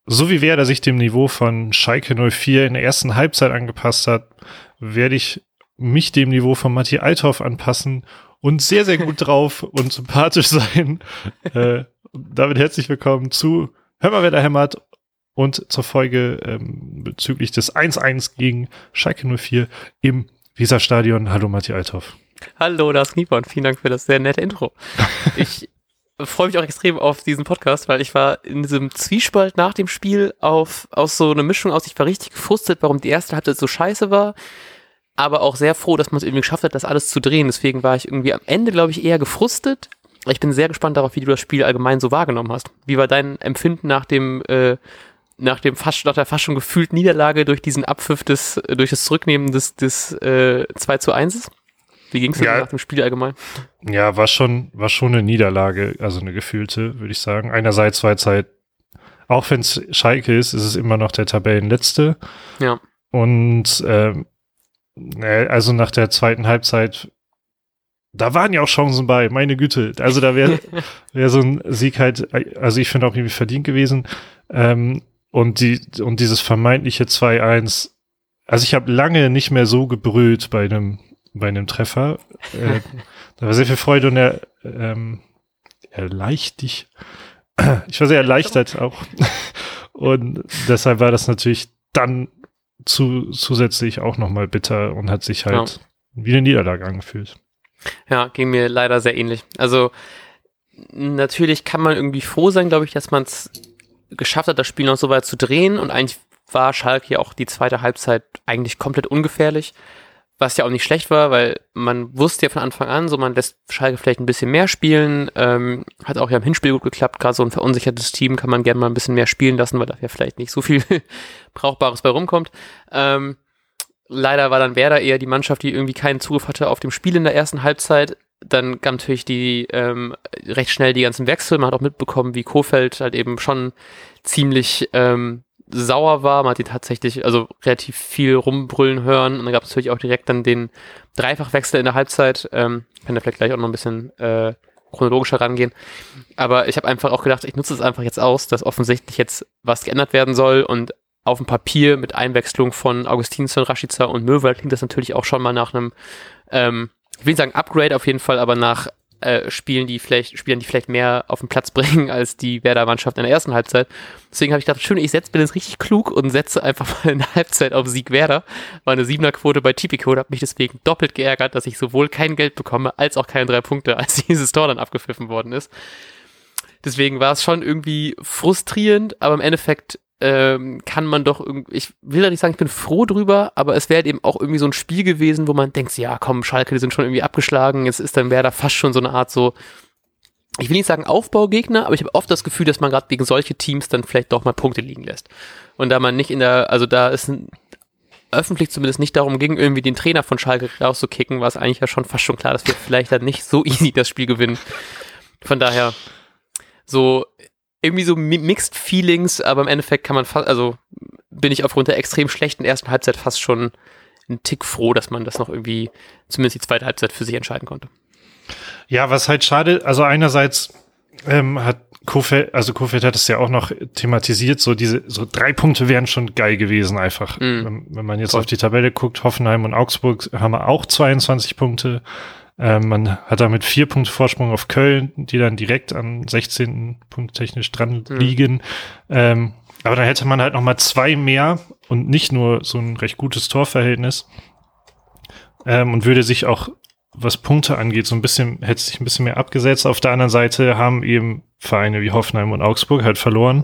so wie Werder sich dem Niveau von Schalke 04 in der ersten Halbzeit angepasst hat, werde ich mich dem Niveau von Matti Althoff anpassen und sehr, sehr gut drauf und sympathisch sein. Damit herzlich willkommen zu Hör mal, wer da hämmert und zur Folge bezüglich des 1-1 gegen Schalke 04 im Weserstadion. Hallo Matti Althoff. Hallo, da ist Knieper, vielen Dank für das sehr nette Intro. Ich freue mich auch extrem auf diesen Podcast, weil ich war in diesem Zwiespalt nach dem Spiel aus so einer Mischung aus, ich war richtig gefrustet, warum die erste Halbzeit so scheiße war, aber auch sehr froh, dass man es irgendwie geschafft hat, das alles zu drehen. Deswegen war ich irgendwie am Ende, glaube ich, eher gefrustet. Ich bin sehr gespannt darauf, wie du das Spiel allgemein so wahrgenommen hast. Wie war dein Empfinden nach der fast schon gefühlt Niederlage durch diesen Abpfiff durch das Zurücknehmen des 2:1? Wie ging es dir nach dem Spiel allgemein? Ja, war schon eine Niederlage, also eine gefühlte, würde ich sagen. Einerseits war es halt, auch wenn es Schalke ist es immer noch der Tabellenletzte. Ja. Und also nach der zweiten Halbzeit, da waren ja auch Chancen bei, meine Güte. Also da wäre so ein Sieg halt, also ich finde auch irgendwie verdient gewesen. Und dieses vermeintliche 2:1, also ich habe lange nicht mehr so gebrüllt bei einem Treffer. Da war sehr viel Freude und ich war sehr erleichtert auch. Und deshalb war das natürlich dann zusätzlich auch nochmal bitter und hat sich halt wie eine Niederlage angefühlt. Ja, ging mir leider sehr ähnlich. Also natürlich kann man irgendwie froh sein, glaube ich, dass man es geschafft hat, das Spiel noch so weit zu drehen, und eigentlich war Schalke ja auch die zweite Halbzeit eigentlich komplett ungefährlich. Was ja auch nicht schlecht war, weil man wusste ja von Anfang an, so man lässt Schalke vielleicht ein bisschen mehr spielen, hat auch ja im Hinspiel gut geklappt, gerade so ein verunsichertes Team kann man gerne mal ein bisschen mehr spielen lassen, weil da ja vielleicht nicht so viel Brauchbares bei rumkommt. Leider war dann Werder eher die Mannschaft, die irgendwie keinen Zugriff hatte auf dem Spiel in der ersten Halbzeit. Dann kam natürlich recht schnell die ganzen Wechsel, man hat auch mitbekommen, wie Kohfeldt halt eben schon ziemlich sauer war, man hat die tatsächlich also relativ viel rumbrüllen hören, und dann gab es natürlich auch direkt dann den Dreifachwechsel in der Halbzeit, kann da vielleicht gleich auch noch ein bisschen chronologischer rangehen, aber ich habe einfach auch gedacht, ich nutze es einfach jetzt aus, dass offensichtlich jetzt was geändert werden soll, und auf dem Papier mit Einwechslung von Augustinsson, Rashica und Möwald klingt das natürlich auch schon mal nach einem, ich will nicht sagen Upgrade auf jeden Fall, aber nach Spielern, die vielleicht mehr auf den Platz bringen als die Werder-Mannschaft in der ersten Halbzeit. Deswegen habe ich gedacht, schön, ich bin jetzt richtig klug und setze einfach mal in der Halbzeit auf Sieg Werder. War eine 7er-Quote bei Tipico und habe mich deswegen doppelt geärgert, dass ich sowohl kein Geld bekomme, als auch keine 3 Punkte, als dieses Tor dann abgepfiffen worden ist. Deswegen war es schon irgendwie frustrierend, aber im Endeffekt kann man doch irgendwie, ich will ja nicht sagen, ich bin froh drüber, aber es wäre eben auch irgendwie so ein Spiel gewesen, wo man denkt, ja komm, Schalke, die sind schon irgendwie abgeschlagen, jetzt ist dann Werder fast schon so eine Art so, ich will nicht sagen Aufbaugegner, aber ich habe oft das Gefühl, dass man gerade gegen solche Teams dann vielleicht doch mal Punkte liegen lässt. Und da man nicht da ist öffentlich zumindest nicht darum ging, irgendwie den Trainer von Schalke rauszukicken, war es eigentlich ja schon fast schon klar, dass wir vielleicht dann nicht so easy das Spiel gewinnen. Von daher, so irgendwie so Mixed Feelings, aber im Endeffekt bin ich aufgrund der extrem schlechten ersten Halbzeit fast schon einen Tick froh, dass man das noch irgendwie, zumindest die zweite Halbzeit für sich entscheiden konnte. Ja, was halt schade, also einerseits hat Kohfeldt hat es ja auch noch thematisiert, so 3 Punkte wären schon geil gewesen einfach. Wenn man jetzt auf die Tabelle guckt, Hoffenheim und Augsburg haben auch 22 Punkte. Man hat damit 4 Punkte Vorsprung auf Köln, die dann direkt am 16. Punkt technisch dran liegen. Aber dann hätte man halt noch mal 2 mehr und nicht nur so ein recht gutes Torverhältnis. Und würde sich auch, was Punkte angeht, hätte sich ein bisschen mehr abgesetzt. Auf der anderen Seite haben eben Vereine wie Hoffenheim und Augsburg halt verloren.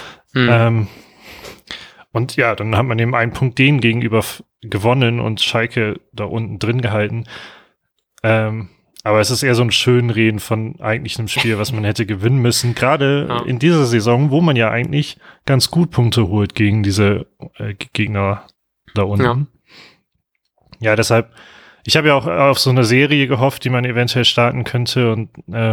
Und ja, dann hat man eben einen Punkt denen gegenüber gewonnen und Schalke da unten drin gehalten. Aber es ist eher so ein Schönreden von eigentlich einem Spiel, was man hätte gewinnen müssen. Gerade in dieser Saison, wo man ja eigentlich ganz gut Punkte holt gegen diese Gegner da unten. Ja, deshalb, ich habe ja auch auf so eine Serie gehofft, die man eventuell starten könnte. Und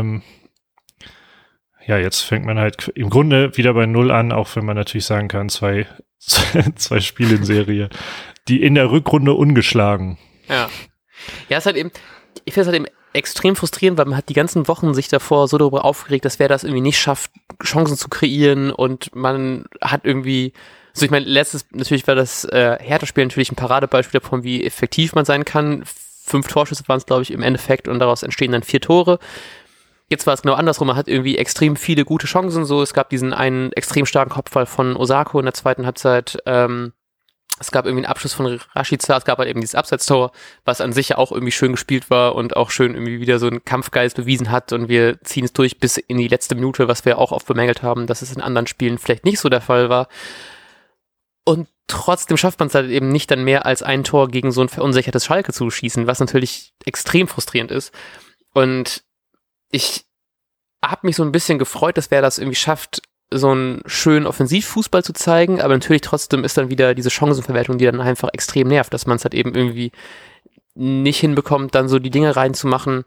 jetzt fängt man halt im Grunde wieder bei 0 an, auch wenn man natürlich sagen kann, zwei Spiele in Serie, die in der Rückrunde ungeschlagen. Ja, es ist halt eben, ich finde es halt eben extrem frustrierend, weil man hat die ganzen Wochen sich davor so darüber aufgeregt, dass wer das irgendwie nicht schafft, Chancen zu kreieren und man hat irgendwie, also ich meine, natürlich war das Hertha-Spiel natürlich ein Paradebeispiel davon, wie effektiv man sein kann. 5 Torschüsse waren es, glaube ich, im Endeffekt und daraus entstehen dann 4 Tore. Jetzt war es genau andersrum, man hat irgendwie extrem viele gute Chancen, so, es gab diesen einen extrem starken Kopfball von Osako in der zweiten Halbzeit, es gab irgendwie einen Abschluss von Rashica, es gab halt eben dieses Abseitstor, was an sich ja auch irgendwie schön gespielt war und auch schön irgendwie wieder so einen Kampfgeist bewiesen hat und wir ziehen es durch bis in die letzte Minute, was wir auch oft bemängelt haben, dass es in anderen Spielen vielleicht nicht so der Fall war. Und trotzdem schafft man es halt eben nicht dann mehr als ein Tor gegen so ein verunsichertes Schalke zu schießen, was natürlich extrem frustrierend ist. Und ich habe mich so ein bisschen gefreut, dass wer das irgendwie schafft, so einen schönen Offensivfußball zu zeigen, aber natürlich trotzdem ist dann wieder diese Chancenverwertung, die dann einfach extrem nervt, dass man es halt eben irgendwie nicht hinbekommt, dann so die Dinge reinzumachen.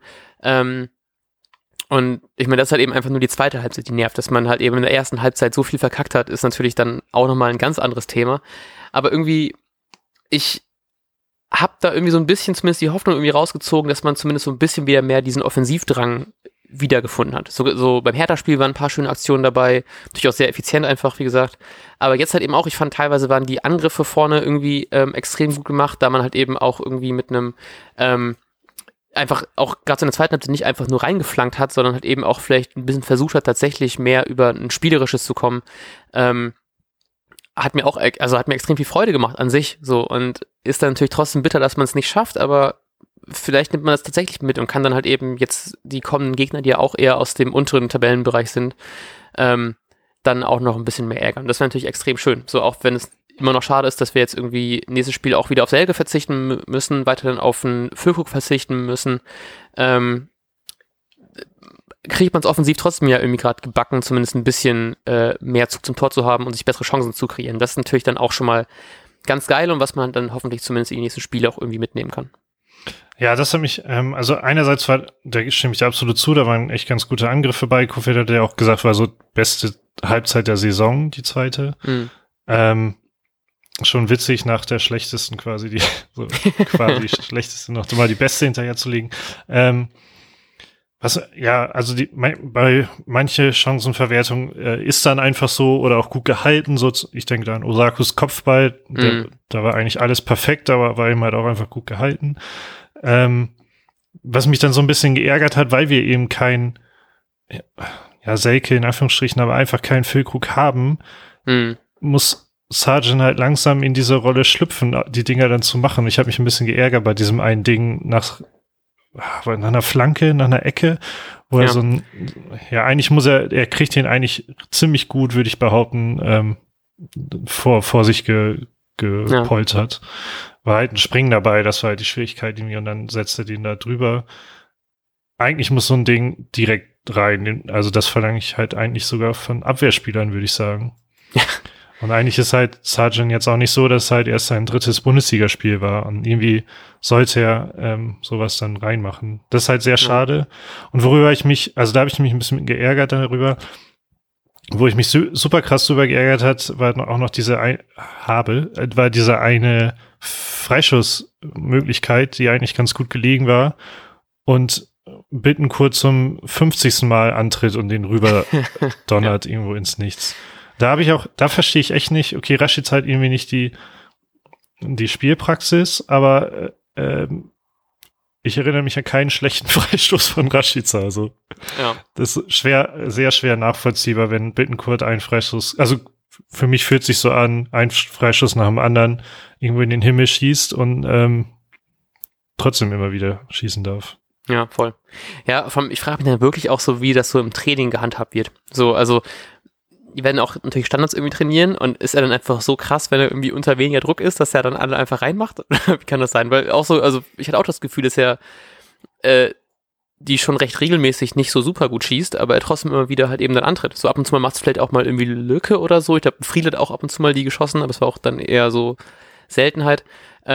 Und ich meine, das ist halt eben einfach nur die zweite Halbzeit, die nervt, dass man halt eben in der ersten Halbzeit so viel verkackt hat, ist natürlich dann auch nochmal ein ganz anderes Thema. Aber irgendwie, ich habe da irgendwie so ein bisschen zumindest die Hoffnung irgendwie rausgezogen, dass man zumindest so ein bisschen wieder mehr diesen Offensivdrang wiedergefunden hat. So beim Hertha-Spiel waren ein paar schöne Aktionen dabei, natürlich auch sehr effizient einfach, wie gesagt. Aber jetzt halt eben auch, ich fand teilweise waren die Angriffe vorne irgendwie extrem gut gemacht, da man halt eben auch irgendwie mit einem einfach auch gerade so in der zweiten Halbzeit nicht einfach nur reingeflankt hat, sondern halt eben auch vielleicht ein bisschen versucht hat, tatsächlich mehr über ein Spielerisches zu kommen. Hat mir extrem viel Freude gemacht an sich, so, und ist dann natürlich trotzdem bitter, dass man es nicht schafft, aber vielleicht nimmt man das tatsächlich mit und kann dann halt eben jetzt die kommenden Gegner, die ja auch eher aus dem unteren Tabellenbereich sind, dann auch noch ein bisschen mehr ärgern. Das wäre natürlich extrem schön, so, auch wenn es immer noch schade ist, dass wir jetzt irgendwie nächstes Spiel auch wieder auf Selke verzichten müssen, weiterhin auf einen Füllkrug verzichten müssen, kriegt man es offensiv trotzdem ja irgendwie gerade gebacken, zumindest ein bisschen mehr Zug zum Tor zu haben und sich bessere Chancen zu kreieren. Das ist natürlich dann auch schon mal ganz geil und was man dann hoffentlich zumindest in die nächsten Spiele auch irgendwie mitnehmen kann. Ja, das hat mich, also einerseits da stimme ich dir absolut zu, da waren echt ganz gute Angriffe bei. Kofeld hat ja auch gesagt, war so beste Halbzeit der Saison, die zweite. Schon witzig, nach der schlechtesten quasi, schlechteste noch mal die beste hinterher zu legen. Also bei manche Chancenverwertung ist dann einfach so oder auch gut gehalten. So, ich denke da an Osakus Kopfball, da war eigentlich alles perfekt, aber war ihm halt auch einfach gut gehalten. Was mich dann so ein bisschen geärgert hat, weil wir eben kein Selke in Anführungsstrichen, aber einfach keinen Füllkrug haben, muss Sargent halt langsam in diese Rolle schlüpfen, die Dinger dann zu machen. Ich habe mich ein bisschen geärgert bei diesem einen Ding nach einer Flanke, nach einer Ecke, wo er eigentlich er kriegt den eigentlich ziemlich gut, würde ich behaupten, vor sich gepoltert. War halt ein Springen dabei, das war halt die Schwierigkeit irgendwie, und dann setzt er den da drüber. Eigentlich muss so ein Ding direkt rein, also das verlange ich halt eigentlich sogar von Abwehrspielern, würde ich sagen. Ja. Und eigentlich ist halt Sargent jetzt auch nicht so, dass es halt erst sein 3. Bundesligaspiel war und irgendwie sollte er sowas dann reinmachen. Das ist halt sehr schade. Und da habe ich mich ein bisschen geärgert darüber, wo ich mich super krass drüber geärgert hat, war auch noch diese eine Freischussmöglichkeit, die eigentlich ganz gut gelegen war und Bittencourt zum 50. Mal antritt und den rüber donnert irgendwo ins Nichts. Da verstehe ich echt nicht, okay, Rashica halt irgendwie nicht die Spielpraxis, aber ich erinnere mich an keinen schlechten Freistoß von Rashica, also das ist sehr schwer nachvollziehbar, wenn Bittencourt einen Freistoß, also für mich fühlt sich so an, ein Freistoß nach dem anderen irgendwo in den Himmel schießt und trotzdem immer wieder schießen darf. Ja, voll. Ja, ich frage mich dann wirklich auch so, wie das so im Training gehandhabt wird. So, also die werden auch natürlich Standards irgendwie trainieren und ist er dann einfach so krass, wenn er irgendwie unter weniger Druck ist, dass er dann alle einfach reinmacht? Wie kann das sein? Weil auch so, also ich hatte auch das Gefühl, dass er die schon recht regelmäßig nicht so super gut schießt, aber er trotzdem immer wieder halt eben dann antritt. So ab und zu mal macht es vielleicht auch mal irgendwie Lücke oder so. Ich glaube, Friedl hat auch ab und zu mal die geschossen, aber es war auch dann eher so Seltenheit.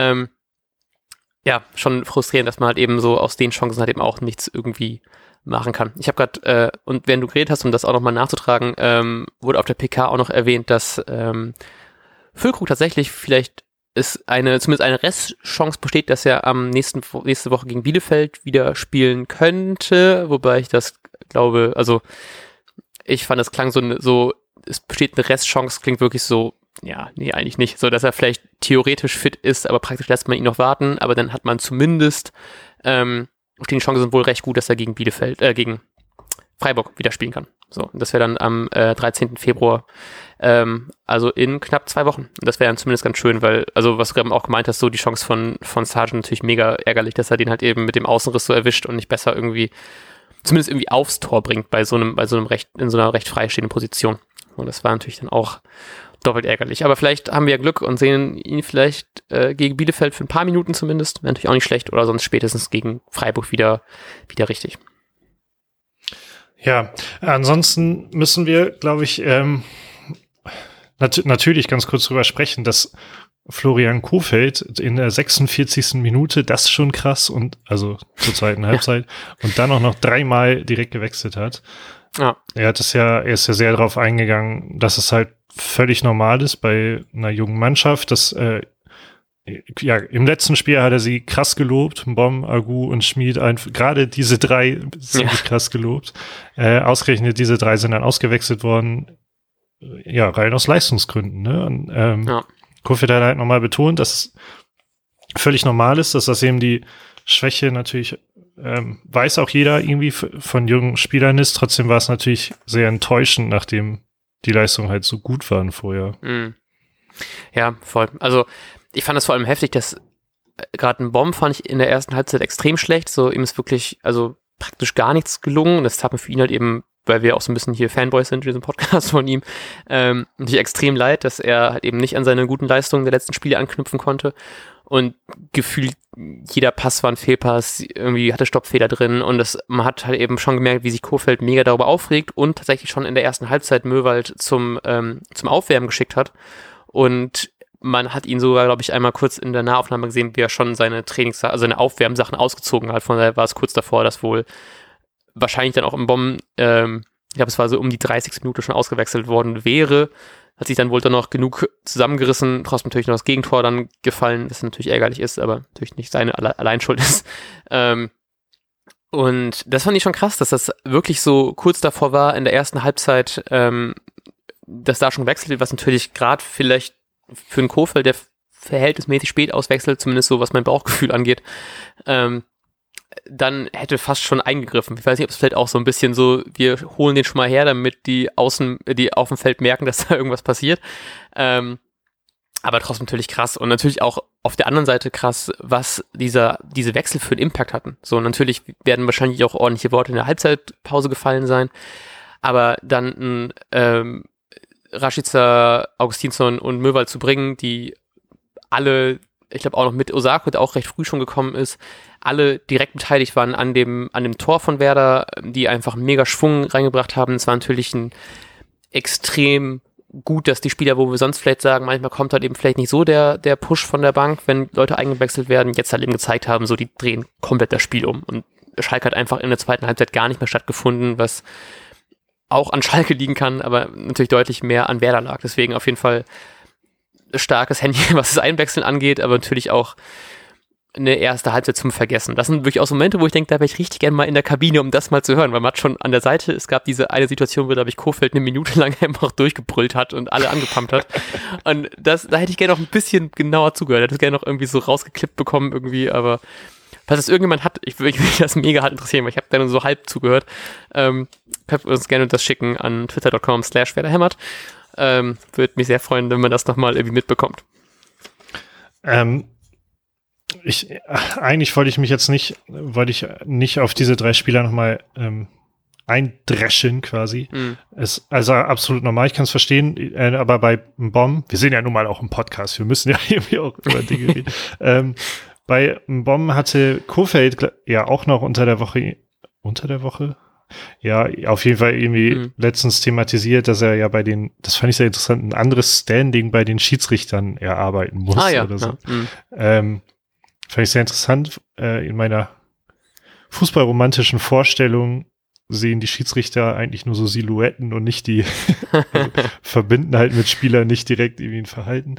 Schon frustrierend, dass man halt eben so aus den Chancen halt eben auch nichts irgendwie machen kann. Ich habe gerade, und während du geredet hast, um das auch nochmal nachzutragen, wurde auf der PK auch noch erwähnt, dass Füllkrug tatsächlich vielleicht es zumindest eine Restchance besteht, dass er am nächste Woche gegen Bielefeld wieder spielen könnte, wobei ich das glaube, also ich fand, das klang so, es besteht eine Restchance, klingt wirklich so, ja, nee, eigentlich nicht, so, dass er vielleicht theoretisch fit ist, aber praktisch lässt man ihn noch warten, aber dann hat man zumindest, stehen die Chancen wohl recht gut, dass er gegen gegen Freiburg wieder spielen kann. So, und das wäre dann am 13. Februar, also in knapp 2 Wochen. Und das wäre dann zumindest ganz schön, weil, also was du gerade auch gemeint hast, so die Chance von Sargent natürlich mega ärgerlich, dass er den halt eben mit dem Außenriss so erwischt und nicht besser irgendwie, zumindest irgendwie aufs Tor bringt in so einer recht freistehenden Position. Und das war natürlich dann auch doppelt ärgerlich. Aber vielleicht haben wir ja Glück und sehen ihn vielleicht gegen Bielefeld für ein paar Minuten zumindest. Wäre natürlich auch nicht schlecht, oder sonst spätestens gegen Freiburg wieder richtig. Ja, ansonsten müssen wir, glaube ich, natürlich ganz kurz drüber sprechen, dass Florian Kohfeldt in der 46. Minute, das ist schon krass, und also zur zweiten Halbzeit, und dann auch noch 3-mal direkt gewechselt hat. Ja. Er ist ja sehr darauf eingegangen, dass es halt völlig normal ist bei einer jungen Mannschaft, dass im letzten Spiel hat er sie krass gelobt, Mbom, Agu und Schmid, gerade diese 3 ziemlich krass gelobt. Ausgerechnet diese 3 sind dann ausgewechselt worden, rein aus Leistungsgründen. Ne? Und Kohfeldt hat halt nochmal betont, dass es völlig normal ist, dass das eben die Schwäche natürlich weiß auch jeder irgendwie von jungen Spielern ist. Trotzdem war es natürlich sehr enttäuschend, nachdem die Leistungen halt so gut waren vorher. Mhm. Ja, voll. Also ich fand es vor allem heftig, dass gerade ein Bomb fand ich in der ersten Halbzeit extrem schlecht. So, ihm ist wirklich, also praktisch gar nichts gelungen. Und das tat mir für ihn halt eben, weil wir auch so ein bisschen hier Fanboys sind in diesem Podcast von ihm, natürlich extrem leid, dass er halt eben nicht an seine guten Leistungen der letzten Spiele anknüpfen konnte. Und gefühlt jeder Pass war ein Fehlpass, irgendwie hatte Stoppfehler drin, und man hat halt eben schon gemerkt, wie sich Kohfeldt mega darüber aufregt und tatsächlich schon in der ersten Halbzeit Möwald zum Aufwärmen geschickt hat. Und man hat ihn sogar, glaube ich, einmal kurz in der Nahaufnahme gesehen, wie er schon seine seine Aufwärmsachen ausgezogen hat. Von daher war es kurz davor, dass wohl wahrscheinlich dann auch im Bomben, ich glaube, es war so um die 30. Minute schon ausgewechselt worden wäre. Hat sich dann wohl dann noch genug zusammengerissen, trotzdem natürlich noch das Gegentor dann gefallen, das natürlich ärgerlich ist, aber natürlich nicht seine Alleinschuld ist. Und das fand ich schon krass, dass das wirklich so kurz davor war in der ersten Halbzeit, dass da schon gewechselt wird, was natürlich gerade vielleicht für einen Kohfeldt, der verhältnismäßig spät auswechselt, zumindest so, was mein Bauchgefühl angeht, dann hätte fast schon eingegriffen. Ich weiß nicht, ob es vielleicht auch so ein bisschen so, wir holen den schon mal her, damit die auf dem Feld merken, dass da irgendwas passiert. Aber trotzdem natürlich krass. Und natürlich auch auf der anderen Seite krass, was diese Wechsel für einen Impact hatten. So, natürlich werden wahrscheinlich auch ordentliche Worte in der Halbzeitpause gefallen sein. Aber dann Rashica, Augustinsson und Möwald zu bringen, die alle, ich glaube auch noch mit Osako, der auch recht früh schon gekommen ist, alle direkt beteiligt waren an dem Tor von Werder, die einfach mega Schwung reingebracht haben. Es war natürlich ein extrem gut, dass die Spieler, wo wir sonst vielleicht sagen, manchmal kommt halt eben vielleicht nicht so der Push von der Bank, wenn Leute eingewechselt werden, jetzt halt eben gezeigt haben, so die drehen komplett das Spiel um. Und Schalke hat einfach in der zweiten Halbzeit gar nicht mehr stattgefunden, was auch an Schalke liegen kann, aber natürlich deutlich mehr an Werder lag. Deswegen auf jeden Fall starkes Händchen, was das Einwechseln angeht, aber natürlich auch eine erste Halbzeit zum Vergessen. Das sind wirklich auch so Momente, wo ich denke, da wäre ich richtig gerne mal in der Kabine, um das mal zu hören, weil man hat schon an der Seite, es gab diese eine Situation, wo, glaube ich, Kohfeldt eine Minute lang einfach durchgebrüllt hat und alle angepumpt hat. Und da hätte ich gerne noch ein bisschen genauer zugehört, hätte es gerne noch irgendwie so rausgeklippt bekommen irgendwie, aber falls es irgendjemand hat, ich würde mich das mega hart interessieren, weil ich habe da nur so halb zugehört. Könnt uns gerne das schicken an twitter.com/werderhämmert. Würde mich sehr freuen, wenn man das nochmal irgendwie mitbekommt. Eigentlich wollte ich nicht auf diese 3 Spieler nochmal eindreschen quasi. Ist also absolut normal, ich kann es verstehen, aber bei Mbom, wir sind ja nun mal auch im Podcast, wir müssen ja irgendwie auch über Dinge reden. Bei Mbom hatte Kohfeldt ja auch noch unter der Woche? Ja, auf jeden Fall irgendwie letztens thematisiert, dass er ja das fand ich sehr interessant, ein anderes Standing bei den Schiedsrichtern erarbeiten muss oder so. Ja. Fand ich sehr interessant. In meiner fußballromantischen Vorstellung sehen die Schiedsrichter eigentlich nur so Silhouetten und nicht die verbinden halt mit Spielern nicht direkt irgendwie ein Verhalten.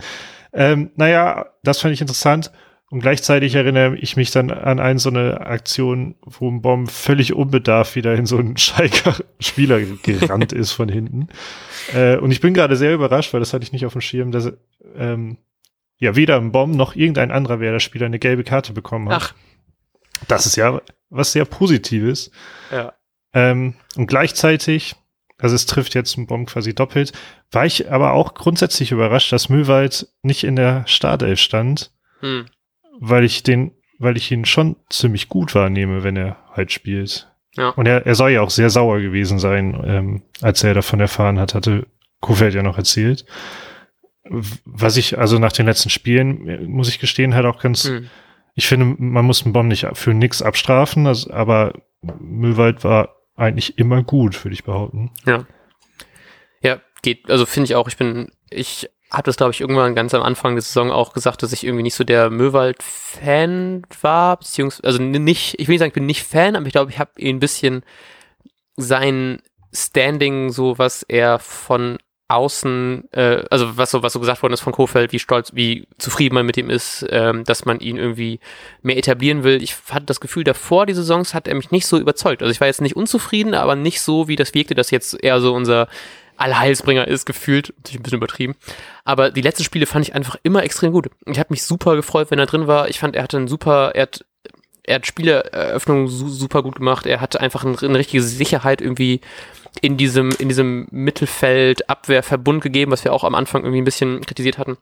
Naja, das fand ich interessant. Und gleichzeitig erinnere ich mich dann an so eine Aktion, wo ein Bomb völlig unbedarft wieder in so einen Schalker Spieler gerannt ist von hinten. Und ich bin gerade sehr überrascht, weil das hatte ich nicht auf dem Schirm, dass weder ein Bomb noch irgendein anderer Werder-Spieler eine gelbe Karte bekommen hat. Ach. Das ist ja was sehr Positives. Ja. Und gleichzeitig, also es trifft jetzt ein Bomb quasi doppelt, war ich aber auch grundsätzlich überrascht, dass Möwald nicht in der Startelf stand. Weil ich ihn schon ziemlich gut wahrnehme, wenn er halt spielt. Ja. Und er soll ja auch sehr sauer gewesen sein, als er davon erfahren hat, hatte Kofeld ja noch erzählt. Was ich also nach den letzten Spielen, muss ich gestehen, halt auch ganz, ich finde, man muss einen Bomb nicht für nix abstrafen, aber Möwald war eigentlich immer gut, würde ich behaupten. Ja. Ja, geht, also finde ich auch, ich habe das, glaube ich, irgendwann ganz am Anfang der Saison auch gesagt, dass ich irgendwie nicht so der Möwald-Fan war, beziehungsweise, also nicht, ich will nicht sagen, ich bin nicht Fan, aber ich glaube, ich habe ein bisschen sein Standing, so was er von außen, also was so gesagt worden ist von Kofeld, wie stolz, wie zufrieden man mit ihm ist, dass man ihn irgendwie mehr etablieren will. Ich hatte das Gefühl, davor die Saisons hat er mich nicht so überzeugt. Also ich war jetzt nicht unzufrieden, aber nicht so, wie das wirkte, dass jetzt eher so unser Allheilsbringer ist, gefühlt, natürlich ein bisschen übertrieben, aber die letzten Spiele fand ich einfach immer extrem gut. Ich habe mich super gefreut, wenn er drin war. Ich fand, er hat Spieleröffnungen super gut gemacht. Er hatte einfach eine richtige Sicherheit irgendwie in diesem Mittelfeld-Abwehrverbund gegeben, was wir auch am Anfang irgendwie ein bisschen kritisiert hatten.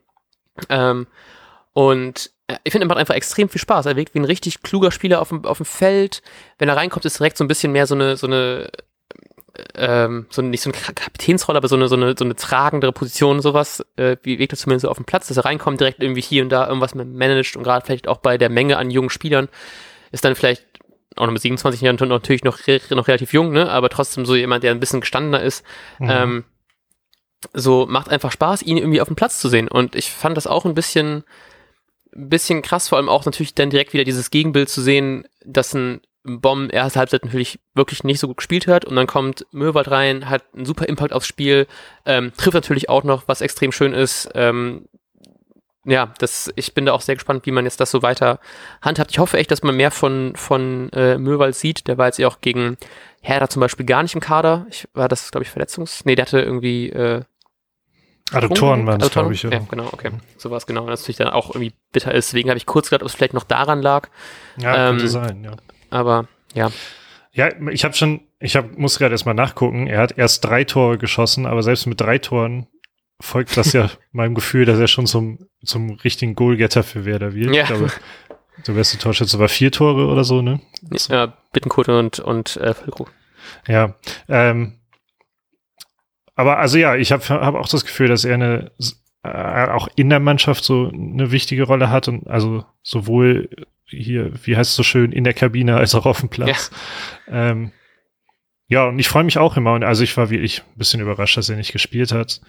Und ich finde, er macht einfach extrem viel Spaß. Er wirkt wie ein richtig kluger Spieler auf dem Feld. Wenn er reinkommt, ist direkt so ein bisschen mehr so eine nicht so eine Kapitänsrolle, aber so eine tragendere Position, sowas, wie wirkt das zumindest so auf dem Platz, dass er reinkommt, direkt irgendwie hier und da irgendwas managt und gerade vielleicht auch bei der Menge an jungen Spielern ist dann vielleicht auch noch mit 27 Jahren natürlich noch relativ jung, ne, aber trotzdem so jemand, der ein bisschen gestandener ist, so macht einfach Spaß, ihn irgendwie auf dem Platz zu sehen und ich fand das auch ein bisschen krass, vor allem auch natürlich dann direkt wieder dieses Gegenbild zu sehen, dass ein Bomb erste Halbzeit natürlich wirklich nicht so gut gespielt hat und dann kommt Möwald rein, hat einen super Impact aufs Spiel, trifft natürlich auch noch, was extrem schön ist. Ich bin da auch sehr gespannt, wie man jetzt das so weiter handhabt. Ich hoffe echt, dass man mehr von Möwald sieht. Der war jetzt ja auch gegen Hertha zum Beispiel gar nicht im Kader. War das, glaube ich, der hatte irgendwie Adduktoren waren es, glaube ich. Ja, genau, okay. So war es genau. Und das natürlich dann auch irgendwie bitter ist. Deswegen habe ich kurz gedacht, ob es vielleicht noch daran lag. Ja, könnte sein, ja. Aber, ja. Ja, muss gerade erstmal nachgucken. Er hat erst 3 Tore geschossen, aber selbst mit 3 Toren folgt das ja meinem Gefühl, dass er schon zum richtigen Goalgetter für Werder wird. Ja. Ich glaube, der beste Torschütze war 4 Tore oder so, ne? Ja, Bittencourt und Füllkrug. Ja, aber also ja, ich hab auch das Gefühl, dass er auch in der Mannschaft so eine wichtige Rolle hat und also sowohl hier, wie heißt es so schön, in der Kabine als auch auf dem Platz. Ja, und ich freue mich auch immer. Und also ich war wirklich ein bisschen überrascht, dass er nicht gespielt hat.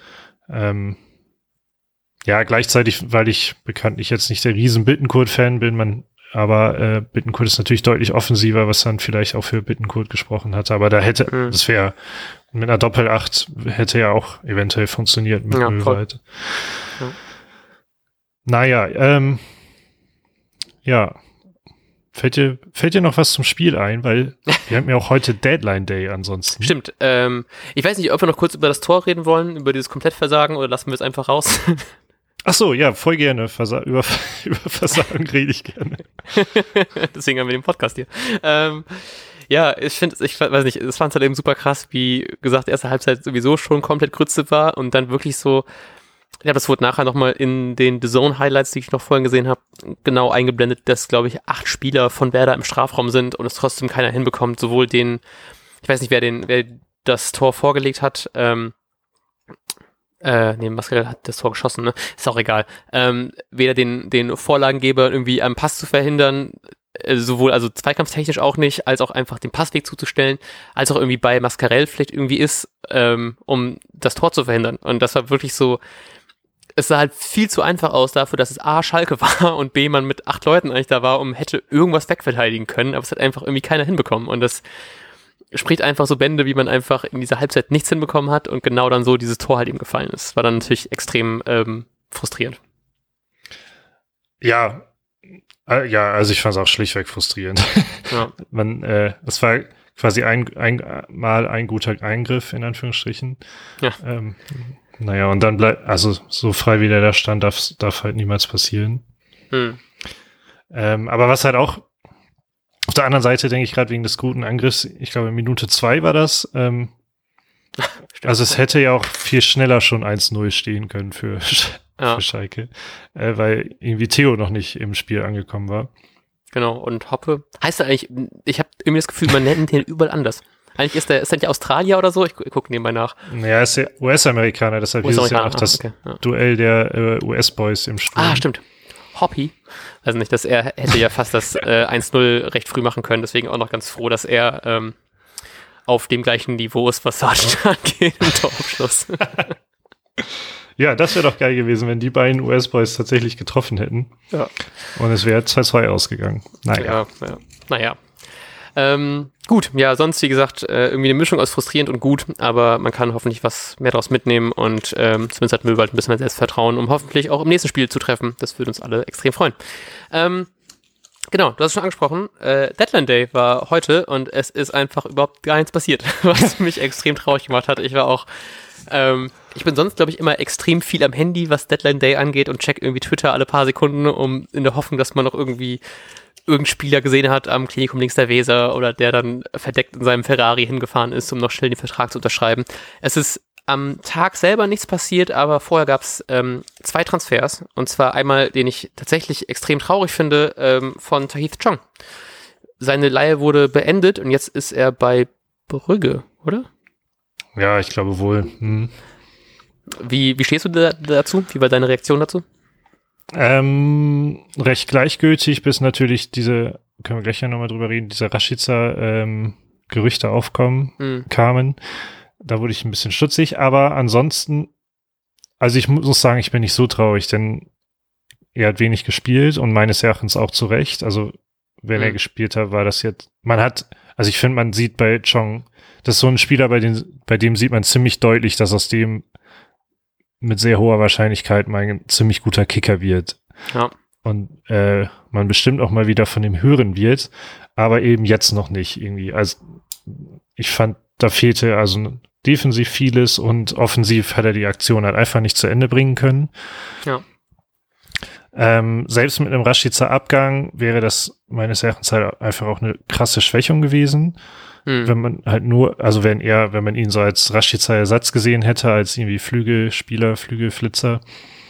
Ja, gleichzeitig, weil ich bekanntlich jetzt nicht der riesen Bittencourt-Fan bin, aber Bittencourt ist natürlich deutlich offensiver, was dann vielleicht auch für Bittencourt gesprochen hatte. Aber da das wäre mit einer Doppel-8 hätte ja auch eventuell funktioniert mit Möwald. Ja. Naja, ja. Fällt dir noch was zum Spiel ein? Weil wir haben ja auch heute Deadline Day ansonsten. Stimmt. Ich weiß nicht, ob wir noch kurz über das Tor reden wollen, über dieses Komplettversagen oder lassen wir es einfach raus? Ach so, ja, voll gerne. Über Versagen rede ich gerne. Deswegen haben wir den Podcast hier. Ja, ich weiß nicht, es fand es halt eben super krass, wie gesagt, erste Halbzeit sowieso schon komplett Grütze war und dann wirklich so, ja, das wurde nachher nochmal in den The Zone Highlights, die ich noch vorhin gesehen habe, genau eingeblendet, dass, glaube ich, 8 Spieler von Werder im Strafraum sind und es trotzdem keiner hinbekommt, sowohl ich weiß nicht, wer das Tor vorgelegt hat, Mascarell hat das Tor geschossen, ne? Ist auch egal. Weder den Vorlagengeber irgendwie am Pass zu verhindern, sowohl also zweikampftechnisch auch nicht, als auch einfach den Passweg zuzustellen, als auch irgendwie bei Mascarell vielleicht irgendwie ist, um das Tor zu verhindern. Und das war wirklich so, es sah halt viel zu einfach aus dafür, dass es A, Schalke war und B, man mit 8 Leuten eigentlich da war, hätte irgendwas wegverteidigen können, aber es hat einfach irgendwie keiner hinbekommen. Und das spricht einfach so Bände, wie man einfach in dieser Halbzeit nichts hinbekommen hat und genau dann so dieses Tor halt eben gefallen ist. War dann natürlich extrem frustrierend. Ja, also ich fand es auch schlichtweg frustrierend. Ja. Es war quasi einmal ein guter Eingriff, in Anführungsstrichen. Ja. Naja, und dann also so frei wie der da stand, darf halt niemals passieren. Aber was halt auch auf der anderen Seite, denke ich gerade wegen des guten Angriffs, ich glaube Minute 2 war das, also es hätte ja auch viel schneller schon 1-0 stehen können für Schalke, weil irgendwie Theo noch nicht im Spiel angekommen war. Genau, und Hoppe, heißt er eigentlich, ich habe irgendwie das Gefühl, man nennt den überall anders. Eigentlich ist der nicht Australier oder so? Ich gucke nebenbei nach. Ja, er ist ja US-Amerikaner, deshalb ist es ja auch das Duell der US-Boys im Spiel. Ah, stimmt. Hoppy. Also nicht, dass er hätte ja fast das 1-0 recht früh machen können, deswegen auch noch ganz froh, dass er auf dem gleichen Niveau ist, was Sargent angeht im Torabschluss. Ja, das wäre doch geil gewesen, wenn die beiden US-Boys tatsächlich getroffen hätten. Ja. Und es wäre 2-2 ausgegangen. Naja. Naja. Gut, ja, sonst wie gesagt, irgendwie eine Mischung aus frustrierend und gut, aber man kann hoffentlich was mehr daraus mitnehmen und zumindest hat Möwald ein bisschen mehr Selbstvertrauen, um hoffentlich auch im nächsten Spiel zu treffen. Das würde uns alle extrem freuen. Genau, du hast es schon angesprochen, Deadline Day war heute und es ist einfach überhaupt gar nichts passiert, was mich extrem traurig gemacht hat. Ich war auch, ich bin sonst, glaube ich, immer extrem viel am Handy, was Deadline Day angeht und check irgendwie Twitter alle paar Sekunden, um in der Hoffnung, dass man noch irgendwie irgendeinen Spieler gesehen hat am Klinikum links der Weser oder der dann verdeckt in seinem Ferrari hingefahren ist, um noch schnell den Vertrag zu unterschreiben. Es ist am Tag selber nichts passiert, aber vorher gab es 2 Transfers. Und zwar einmal, den ich tatsächlich extrem traurig finde, von Tahith Chong. Seine Leihe wurde beendet und jetzt ist er bei Brügge, oder? Ja, ich glaube wohl. Wie stehst du dazu? Wie war deine Reaktion dazu? Recht gleichgültig, bis natürlich können wir gleich ja nochmal drüber reden, diese Rashica Gerüchte kamen. Da wurde ich ein bisschen stutzig, aber ansonsten, also ich muss sagen, ich bin nicht so traurig, denn er hat wenig gespielt und meines Erachtens auch zu Recht. Also wenn er gespielt hat, war das jetzt, also ich finde, man sieht bei Chong, das ist so ein Spieler, bei dem sieht man ziemlich deutlich, dass aus dem mit sehr hoher Wahrscheinlichkeit mal ein ziemlich guter Kicker wird. Ja. Und man bestimmt auch mal wieder von dem hören wird, aber eben jetzt noch nicht irgendwie. Also ich fand, da fehlte also defensiv vieles und offensiv hat er die Aktion halt einfach nicht zu Ende bringen können. Ja. Selbst mit einem Rashica-Abgang wäre das meines Erachtens halt einfach auch eine krasse Schwächung gewesen. Wenn man halt wenn man ihn so als Rashica-Ersatz gesehen hätte, als irgendwie Flügelspieler, Flügelflitzer.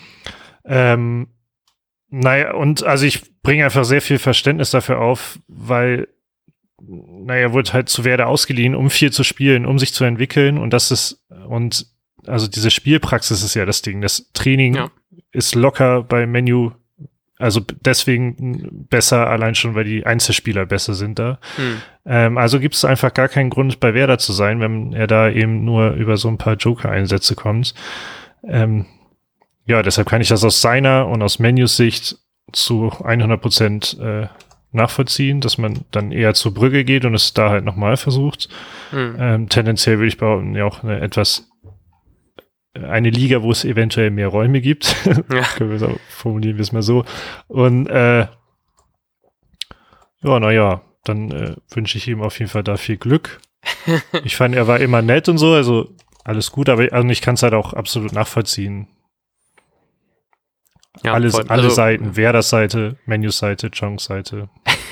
Naja, und also ich bringe einfach sehr viel Verständnis dafür auf, weil er wurde halt zu Werder ausgeliehen, um viel zu spielen, um sich zu entwickeln also diese Spielpraxis ist ja das Ding. Das Training ist locker bei Menu, also deswegen besser, allein schon, weil die Einzelspieler besser sind da. Also gibt es einfach gar keinen Grund, bei Werder zu sein, wenn er da eben nur über so ein paar Joker-Einsätze kommt. Deshalb kann ich das aus seiner und aus Menus Sicht zu 100% nachvollziehen, dass man dann eher zur Brügge geht und es da halt nochmal versucht. Tendenziell würde ich behaupten, ja auch eine Liga, wo es eventuell mehr Räume gibt. Ja. Formulieren wir es mal so. Und dann wünsche ich ihm auf jeden Fall da viel Glück. Ich fand, er war immer nett und so, also alles gut, aber ich kann es halt auch absolut nachvollziehen. Ja, alle Seiten, Werders Seite, Menus Seite, Chongs Seite.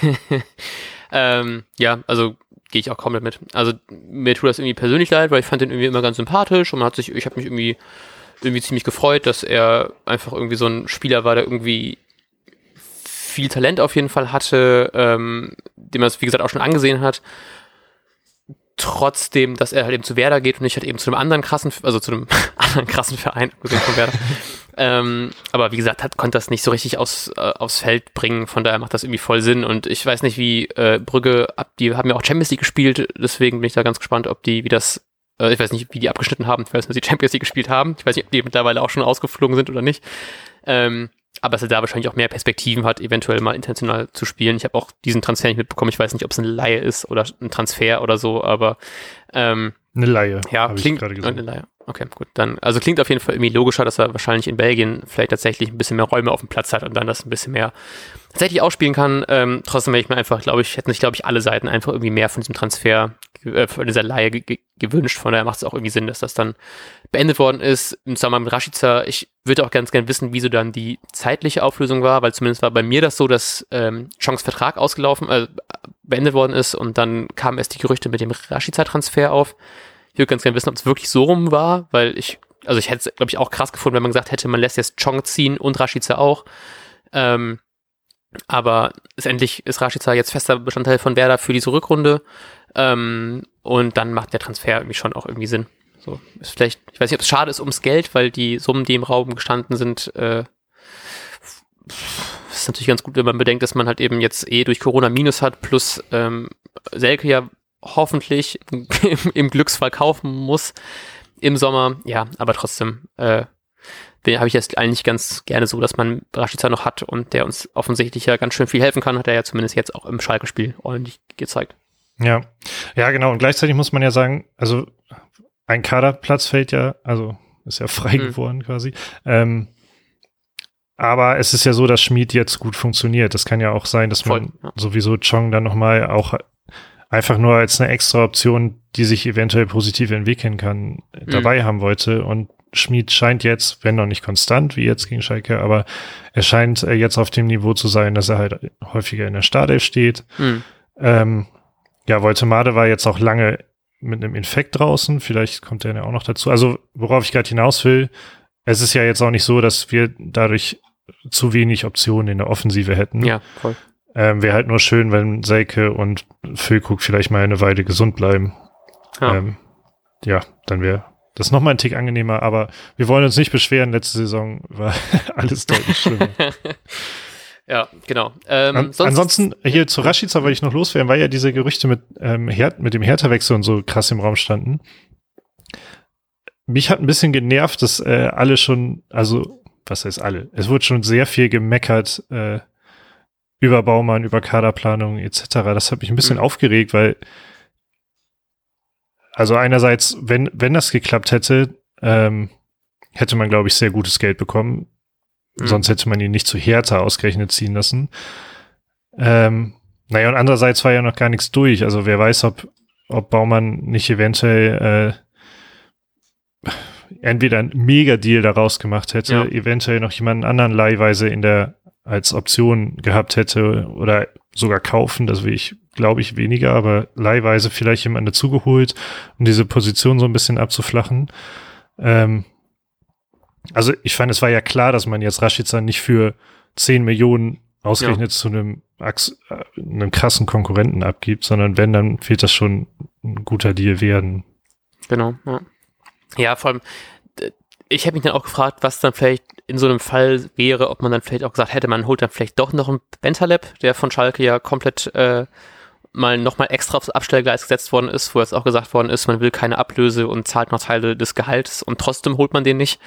Also gehe ich auch komplett mit. Also mir tut das irgendwie persönlich leid, weil ich fand den irgendwie immer ganz sympathisch und ich habe mich irgendwie ziemlich gefreut, dass er einfach irgendwie so ein Spieler war, der irgendwie viel Talent auf jeden Fall hatte, dem man es, wie gesagt, auch schon angesehen hat. Trotzdem, dass er halt eben zu Werder geht und nicht halt eben zu einem anderen krassen Verein, abgesehen von Werder. Aber wie gesagt, konnte das nicht so richtig aufs Feld bringen, von daher macht das irgendwie voll Sinn und ich weiß nicht, wie Brügge, die haben ja auch Champions League gespielt, deswegen bin ich da ganz gespannt, ich weiß nicht, wie die abgeschnitten haben, ich weiß nicht, dass die Champions League gespielt haben, ich weiß nicht, ob die mittlerweile auch schon ausgeflogen sind oder nicht, aber dass er da wahrscheinlich auch mehr Perspektiven hat, eventuell mal international zu spielen. Ich habe auch diesen Transfer nicht mitbekommen, ich weiß nicht, ob es eine Leihe ist oder ein Transfer oder so, aber eine Leihe, ja, klingt, eine Leihe. Okay, gut. Dann, also klingt auf jeden Fall irgendwie logischer, dass er wahrscheinlich in Belgien vielleicht tatsächlich ein bisschen mehr Räume auf dem Platz hat und dann das ein bisschen mehr tatsächlich ausspielen kann. Trotzdem hätte ich mir einfach, hätten sich, glaube ich, alle Seiten einfach irgendwie mehr von diesem Transfer, von dieser Leihe gewünscht. Von daher macht es auch irgendwie Sinn, dass das dann beendet worden ist. Im Zusammenhang mit Rashica, ich würde auch ganz gerne wissen, wieso dann die zeitliche Auflösung war, weil zumindest war bei mir das so, dass Chongs Vertrag beendet worden ist und dann kamen erst die Gerüchte mit dem Rashica-Transfer auf. Ich würde ganz gerne wissen, ob es wirklich so rum war, weil ich hätte es, glaube ich, auch krass gefunden, wenn man gesagt hätte, man lässt jetzt Chong ziehen und Rashica auch. Aber letztendlich ist Rashica jetzt fester Bestandteil von Werder für diese Rückrunde. Und dann macht der Transfer irgendwie schon auch irgendwie Sinn. So, ist vielleicht, ich weiß nicht, ob es schade ist ums Geld, weil die Summen, die im Raum gestanden sind, ist natürlich ganz gut, wenn man bedenkt, dass man halt eben jetzt durch Corona Minus hat, plus Selke ja hoffentlich im Glücksfall kaufen muss im Sommer. Ja, aber trotzdem habe ich das eigentlich ganz gerne so, dass man Rashica noch hat und der uns offensichtlich ja ganz schön viel helfen kann, hat er ja zumindest jetzt auch im Schalke-Spiel ordentlich gezeigt. Ja, genau. Und gleichzeitig muss man ja sagen, also ein Kaderplatz fällt ja, also ist ja frei geworden quasi. Aber es ist ja so, dass Schmid jetzt gut funktioniert. Das kann ja auch sein, dass man sowieso Chong dann nochmal auch einfach nur als eine extra Option, die sich eventuell positiv entwickeln kann, dabei haben wollte. Und Schmid scheint jetzt, wenn noch nicht konstant, wie jetzt gegen Schalke, aber er scheint jetzt auf dem Niveau zu sein, dass er halt häufiger in der Startelf steht. Woltemade war jetzt auch lange mit einem Infekt draußen. Vielleicht kommt der ja auch noch dazu. Also, worauf ich gerade hinaus will, es ist ja jetzt auch nicht so, dass wir dadurch zu wenig Optionen in der Offensive hätten. Ja, voll. Wäre halt nur schön, wenn Selke und Füllkrug vielleicht mal eine Weile gesund bleiben. Dann wäre das nochmal ein Tick angenehmer, aber wir wollen uns nicht beschweren. Letzte Saison war alles deutlich schlimmer. Ja, genau. Ansonsten hier zu Rashica wollte ich noch loswerden, weil ja diese Gerüchte mit dem Hertha-Wechsel und so krass im Raum standen. Mich hat ein bisschen genervt, dass alle schon, also was heißt alle? Es wurde schon sehr viel gemeckert über Baumann, über Kaderplanung etc. Das hat mich ein bisschen aufgeregt, weil also einerseits, wenn das geklappt hätte, hätte man, glaube ich, sehr gutes Geld bekommen. Sonst hätte man ihn nicht zu Hertha ausgerechnet ziehen lassen. Und andererseits war ja noch gar nichts durch. Also wer weiß, ob Baumann nicht eventuell entweder einen Mega-Deal daraus gemacht hätte, eventuell noch jemanden anderen leihweise als Option gehabt hätte oder sogar kaufen. Das will ich, glaube ich, weniger, aber leihweise vielleicht jemanden dazugeholt, um diese Position so ein bisschen abzuflachen. Also ich fand, es war ja klar, dass man jetzt Rashica nicht für 10 Millionen ausgerechnet zu einem krassen Konkurrenten abgibt, sondern wenn, dann wird das schon ein guter Deal werden. Genau, ja. Ja, vor allem, ich habe mich dann auch gefragt, was dann vielleicht in so einem Fall wäre, ob man dann vielleicht auch gesagt hätte, man holt dann vielleicht doch noch einen Bentaleb, der von Schalke ja komplett nochmal extra aufs Abstellgleis gesetzt worden ist, wo jetzt auch gesagt worden ist, man will keine Ablöse und zahlt noch Teile des Gehalts und trotzdem holt man den nicht.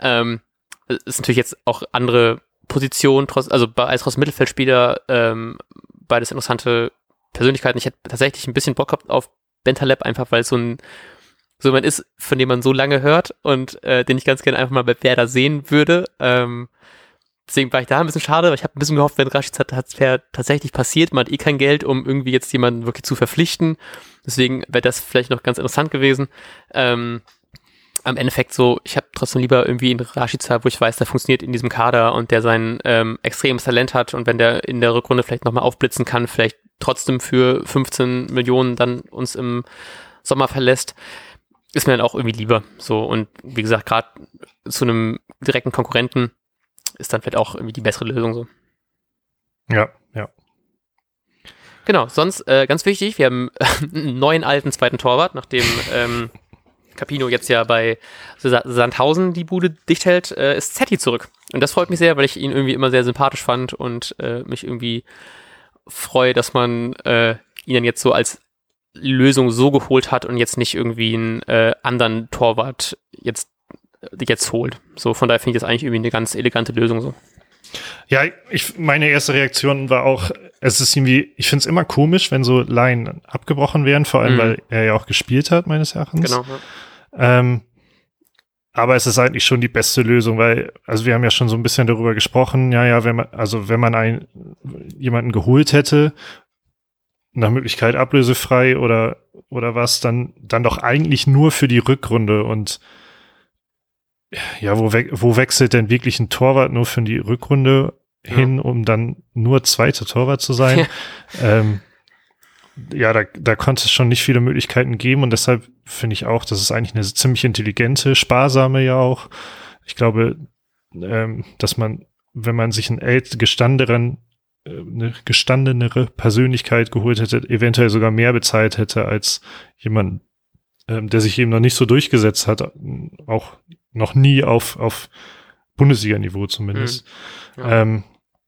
Ist natürlich jetzt auch andere Position, als Mittelfeldspieler beides interessante Persönlichkeiten. Ich hätte tatsächlich ein bisschen Bock gehabt auf Bentaleb, einfach weil es so man ist, von dem man so lange hört und den ich ganz gerne einfach mal bei Werder sehen würde. Deswegen war ich da ein bisschen schade, weil ich habe ein bisschen gehofft, wenn Rashica tatsächlich passiert, man hat kein Geld, um irgendwie jetzt jemanden wirklich zu verpflichten. Deswegen wäre das vielleicht noch ganz interessant gewesen. Am Endeffekt so, ich habe trotzdem lieber irgendwie einen Rashica, wo ich weiß, der funktioniert in diesem Kader und der sein extremes Talent hat und wenn der in der Rückrunde vielleicht nochmal aufblitzen kann, vielleicht trotzdem für 15 Millionen dann uns im Sommer verlässt, ist mir dann auch irgendwie lieber. So, und wie gesagt, gerade zu einem direkten Konkurrenten ist dann vielleicht auch irgendwie die bessere Lösung so. Ja. Genau, sonst ganz wichtig, wir haben einen neuen alten zweiten Torwart, nachdem Capino jetzt ja bei Sandhausen die Bude dicht hält, ist Zetti zurück. Und das freut mich sehr, weil ich ihn irgendwie immer sehr sympathisch fand und mich irgendwie freue, dass man ihn dann jetzt so als Lösung so geholt hat und jetzt nicht irgendwie einen anderen Torwart jetzt holt. So, von daher finde ich das eigentlich irgendwie eine ganz elegante Lösung so. Ja, meine erste Reaktion war auch, es ist irgendwie, ich finde es immer komisch, wenn so Laien abgebrochen werden, vor allem, weil er ja auch gespielt hat, meines Erachtens. Genau, ja. Aber es ist eigentlich schon die beste Lösung, weil, also wir haben ja schon so ein bisschen darüber gesprochen, wenn man jemanden geholt hätte, nach Möglichkeit ablösefrei oder was, dann doch eigentlich nur für die Rückrunde. Und ja, wo wechselt denn wirklich ein Torwart nur für die Rückrunde hin, um dann nur zweiter Torwart zu sein? Da konnte es schon nicht viele Möglichkeiten geben und deshalb finde ich auch, das ist eigentlich eine ziemlich intelligente, sparsame ja auch. Ich glaube, dass man, wenn man sich eine gestandenere Persönlichkeit geholt hätte, eventuell sogar mehr bezahlt hätte als jemand, der sich eben noch nicht so durchgesetzt hat, auch noch nie auf Bundesliga-Niveau zumindest. Und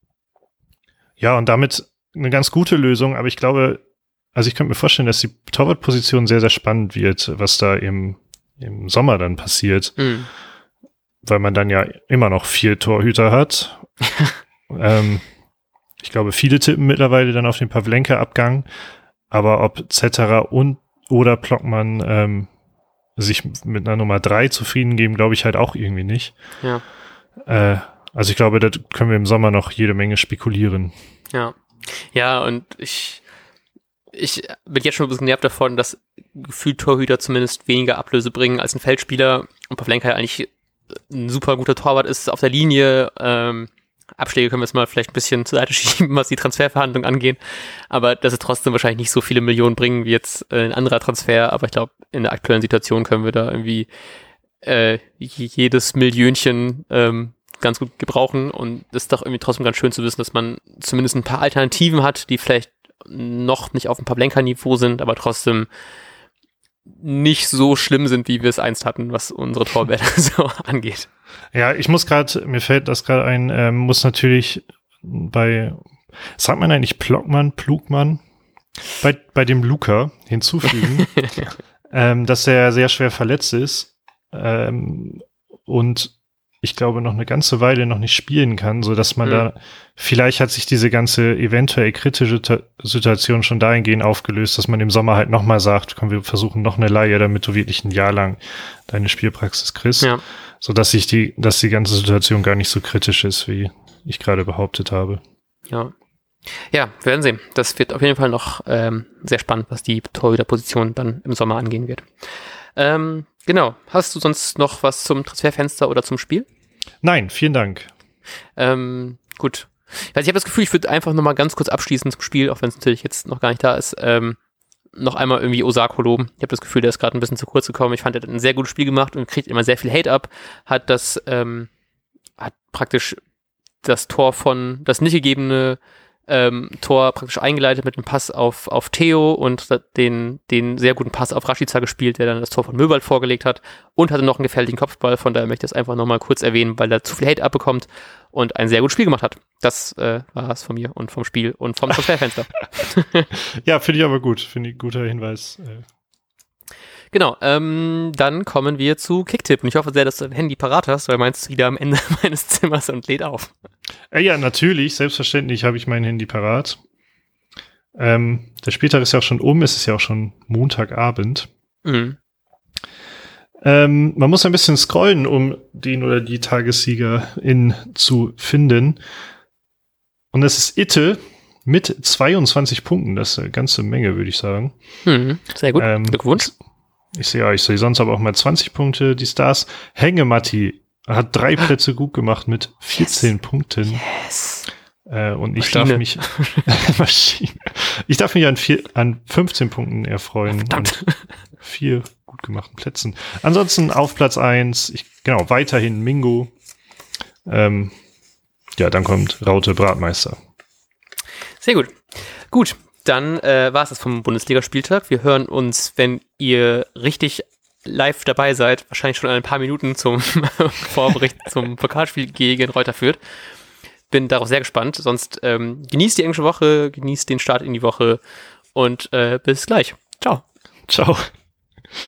damit eine ganz gute Lösung, aber ich glaube, also ich könnte mir vorstellen, dass die Torwartposition sehr, sehr spannend wird, was da im Sommer dann passiert, weil man dann ja immer noch 4 Torhüter hat. Ich glaube, viele tippen mittlerweile dann auf den Pavlenka-Abgang, aber ob Zetterer oder Plockmann sich mit einer Nummer 3 zufrieden geben, glaube ich halt auch irgendwie nicht. Ja. Also ich glaube, da können wir im Sommer noch jede Menge spekulieren. Ja. Ja, und ich bin jetzt schon ein bisschen genervt davon, dass gefühlt Torhüter zumindest weniger Ablöse bringen als ein Feldspieler und Pavlenka ja eigentlich ein super guter Torwart ist auf der Linie. Abschläge können wir jetzt mal vielleicht ein bisschen zur Seite schieben, was die Transferverhandlungen angeht, aber dass es trotzdem wahrscheinlich nicht so viele Millionen bringen wie jetzt ein anderer Transfer, aber ich glaube, in der aktuellen Situation können wir da irgendwie jedes Millionchen ganz gut gebrauchen und es ist doch irgendwie trotzdem ganz schön zu wissen, dass man zumindest ein paar Alternativen hat, die vielleicht noch nicht auf dem Pavlenka-Niveau sind, aber trotzdem nicht so schlimm sind, wie wir es einst hatten, was unsere Torwärter so angeht. Ja, mir fällt das gerade ein, muss natürlich sagt man eigentlich Plugmann, bei dem Luca hinzufügen, dass er sehr schwer verletzt ist und ich glaube, noch eine ganze Weile noch nicht spielen kann, so dass man da, vielleicht hat sich diese ganze eventuell kritische Situation schon dahingehend aufgelöst, dass man im Sommer halt nochmal sagt, komm, wir versuchen noch eine Leihe, damit du wirklich ein Jahr lang deine Spielpraxis kriegst, so dass die ganze Situation gar nicht so kritisch ist, wie ich gerade behauptet habe. Ja, wir werden sehen. Das wird auf jeden Fall noch sehr spannend, was die Torhüterposition dann im Sommer angehen wird. Genau. Hast du sonst noch was zum Transferfenster oder zum Spiel? Nein, vielen Dank. Gut. Also ich habe das Gefühl, ich würde einfach nochmal ganz kurz abschließen zum Spiel, auch wenn es natürlich jetzt noch gar nicht da ist, noch einmal irgendwie Osako loben. Ich habe das Gefühl, der ist gerade ein bisschen zu kurz gekommen. Ich fand, er hat ein sehr gutes Spiel gemacht und kriegt immer sehr viel Hate ab. Hat praktisch das nicht gegebene Tor praktisch eingeleitet mit dem Pass auf Theo und den sehr guten Pass auf Rashica gespielt, der dann das Tor von Möwald vorgelegt hat und hatte noch einen gefährlichen Kopfball, von daher möchte ich das einfach nochmal kurz erwähnen, weil er zu viel Hate abbekommt und ein sehr gutes Spiel gemacht hat. Das war es von mir und vom Spiel und vom Transferfenster. Ja, finde ich aber gut. Finde ich ein guter Hinweis. Genau, dann kommen wir zu Kicktipp und ich hoffe sehr, dass du dein Handy parat hast, weil meins ist wieder am Ende meines Zimmers und lädt auf. Ja, natürlich, selbstverständlich habe ich mein Handy parat. Der Spieltag ist ja auch schon es ist ja auch schon Montagabend. Man muss ein bisschen scrollen, um den oder die Tagessiegerin zu finden. Und es ist Itte mit 22 Punkten. Das ist eine ganze Menge, würde ich sagen. Sehr gut, Glückwunsch. Ich sehe sonst aber auch mal 20 Punkte. Die Stars. Hengematti hat 3 Plätze gut gemacht mit 14 Punkten. Yes. Und ich darf mich an 15 Punkten erfreuen. Verdammt. Und 4 gut gemachten Plätzen. Ansonsten auf Platz 1, weiterhin Mingo. Dann kommt Raute Bratmeister. Sehr gut. Gut, dann war es das vom Bundesligaspieltag. Wir hören uns, wenn ihr richtig live dabei seid, wahrscheinlich schon in ein paar Minuten zum Vorbericht zum Pokalspiel gegen Reuter Fürth. Bin darauf sehr gespannt. Sonst genießt die englische Woche, genießt den Start in die Woche und bis gleich. Ciao. Ciao.